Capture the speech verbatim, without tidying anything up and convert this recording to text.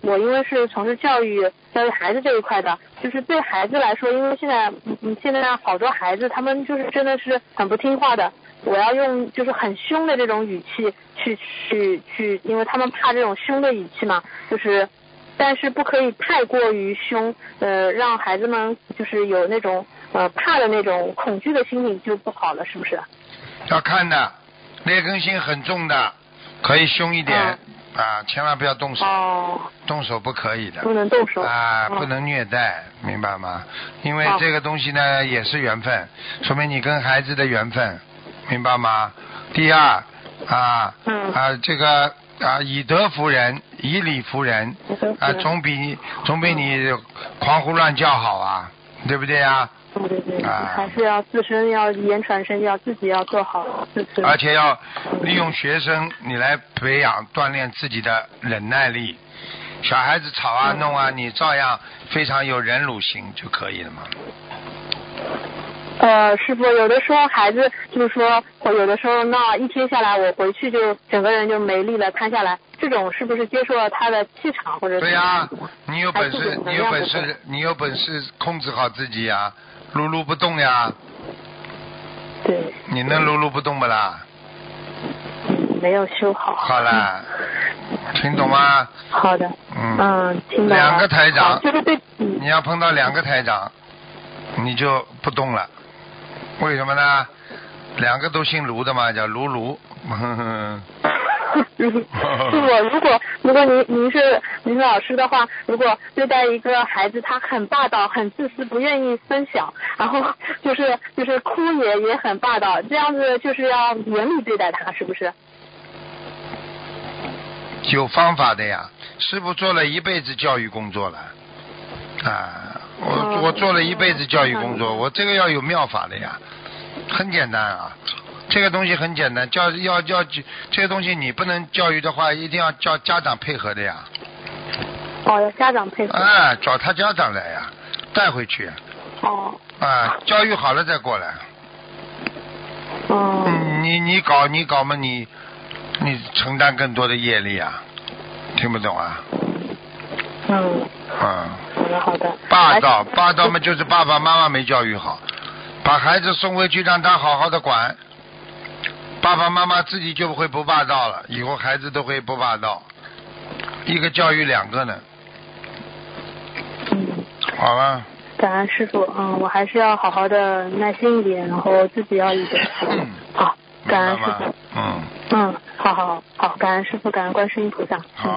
我因为是从事教育教育孩子这一块的，就是对孩子来说，因为现在嗯嗯现在好多孩子他们就是真的是很不听话的，我要用就是很凶的这种语气去去去，因为他们怕这种凶的语气嘛，就是但是不可以太过于凶，呃，让孩子们就是有那种呃怕的那种恐惧的心理就不好了，是不是？ 要看的，劣根性很重的，可以凶一点、嗯、啊，千万不要动手， 哦， 动手不可以的， 不能动手啊， 哦、 不能虐待，明白吗？因为这个东西呢、哦、也是缘分，说明你跟孩子的缘分，明白吗？第二啊、嗯、啊这个啊以德服人，以理服人啊，总比总比你狂胡乱叫好啊，对不对啊？ 对对对、 啊， 还是要自身要言传身教，自己要做好自身， 而且要利用学生你来培养锻炼自己的忍耐力。小孩子吵啊弄啊、嗯、你照样非常有忍辱心就可以了嘛。 呃，师傅，有的时候孩子就是说我有的时候闹一天下来，我回去就整个人就没力了，瘫下来，这种是不是接受了他的气场或者？ 对呀、啊，你有本事你有本事你有本事控制好自己呀，撸撸不动呀。 对。 你能撸撸不动不啦？ 嗯，没有修好。 好了，听懂吗？ 好的。 嗯。 嗯，听懂了。 两个台长。 就是对。嗯、 你要碰到两个台长，你就不动了。为什么呢？两个都姓卢的嘛，叫卢卢。 是我如果如果您您是您是老师的话，如果对待一个孩子他很霸道、很自私，不愿意分享，然后就是就是哭也也很霸道，这样子就是要严厉对待他，是不是？ 有方法的呀，师父做了一辈子教育工作了啊，我、哦、我做了一辈子教育工作，我这个要有妙法的呀，很简单啊。这个东西很简单，教要要这个东西你不能教育的话，一定要叫家长配合的呀。 哦，要家长配合。 啊，找他家长来呀，带回去。 哦。 啊，教育好了再过来。 哦。 嗯，你你搞你搞嘛，你你承担更多的业力啊，听不懂啊？ 嗯。 嗯。 好的好的。 霸道霸道嘛，就是爸爸妈妈没教育好。把孩子送回去，让他好好的管，爸爸妈妈自己就会不霸道了，以后孩子都会不霸道，一个教育两个呢。 嗯， 好了。 感恩师傅，嗯，我还是要好好的耐心一点，然后自己要一点。 嗯。 好，感恩师傅。 嗯。 嗯，好好好，感恩师傅，感恩观世音菩萨。 好。